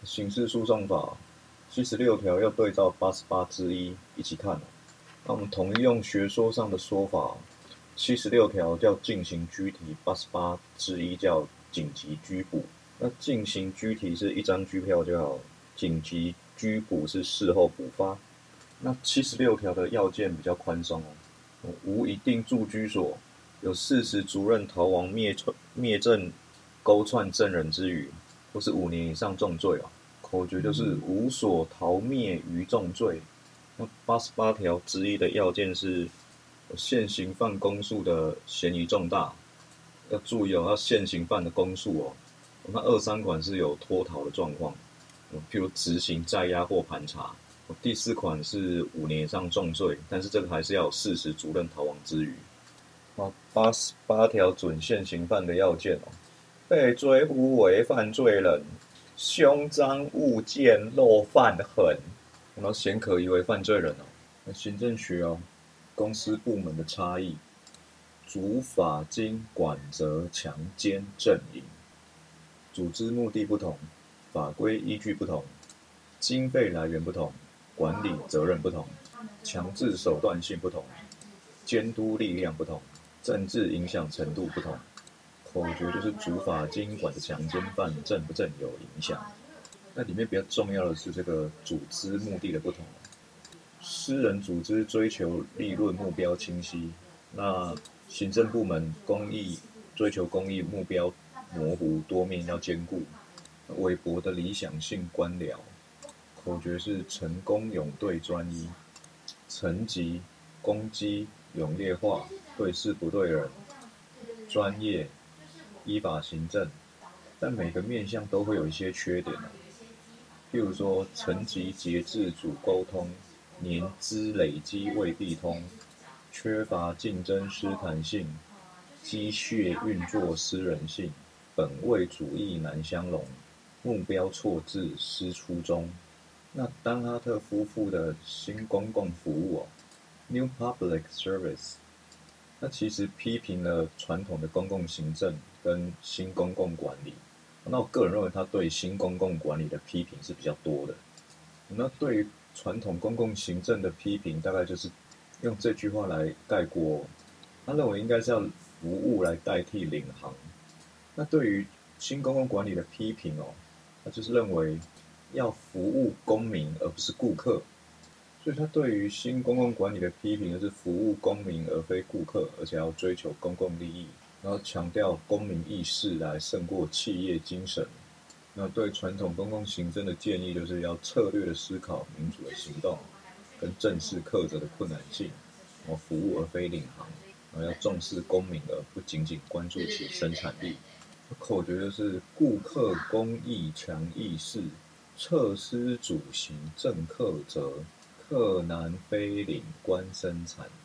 刑事诉讼法76条要对照88之1一起看。那我们统一用学说上的说法，76条叫进行拘提，88之1叫紧急拘捕。那进行拘提是一张拘票就好，紧急拘捕是事后补发。那76条的要件比较宽松无一定住居所，有事实足认逃亡灭证勾串证人之余，或是5年以上重罪口诀就是无所逃灭于重罪。那88条之1的要件是现行犯公诉的嫌疑重大，要注意要现行犯的公诉那2、3款是有脱逃的状况，譬如执行在押或盘查。第4款是5年以上重罪，但是这个还是要有事实足认逃亡之余。88条准现行犯的要件被追呼为犯罪人，凶脏物件露犯痕，然后显可疑为犯罪人行政学公司部门的差异，主法经管责强奸阵营，组织目的不同，法规依据不同，经费来源不同，管理责任不同，强制手段性不同，监督力量不同，政治影响程度不同。口诀就是主法经管的强奸犯正不正有影响。那里面比较重要的是这个组织目的的不同。私人组织追求利润目标清晰，那行政部门追求公益目标模糊，多面要兼顾。韦伯的理想性官僚，口诀是成功勇对专一，层级攻击勇烈化，对事不对人，专业依法行政，但每个面向都会有一些缺点譬如说层级节制主沟通，年资累积未必通，缺乏竞争失弹性，机械运作失人性，本位主义难相容，目标错置失初衷。那丹哈特夫妇的新公共服务New Public Service， 那其实批评了传统的公共行政跟新公共管理。那我个人认为他对新公共管理的批评是比较多的。那对于传统公共行政的批评，大概就是用这句话来概括，他认为应该是要服务来代替领航。那对于新公共管理的批评他就是认为要服务公民而不是顾客，所以他对于新公共管理的批评就是服务公民而非顾客，而且要追求公共利益，然后强调公民意识来胜过企业精神。那对传统公共行政的建议就是要策略的思考民主的行动，跟正视克责的困难性，然后服务而非领航，然后要重视公民而不仅仅关注其生产力。口诀就是顾客公益强意识，策施主行正克责，克难非领官生产。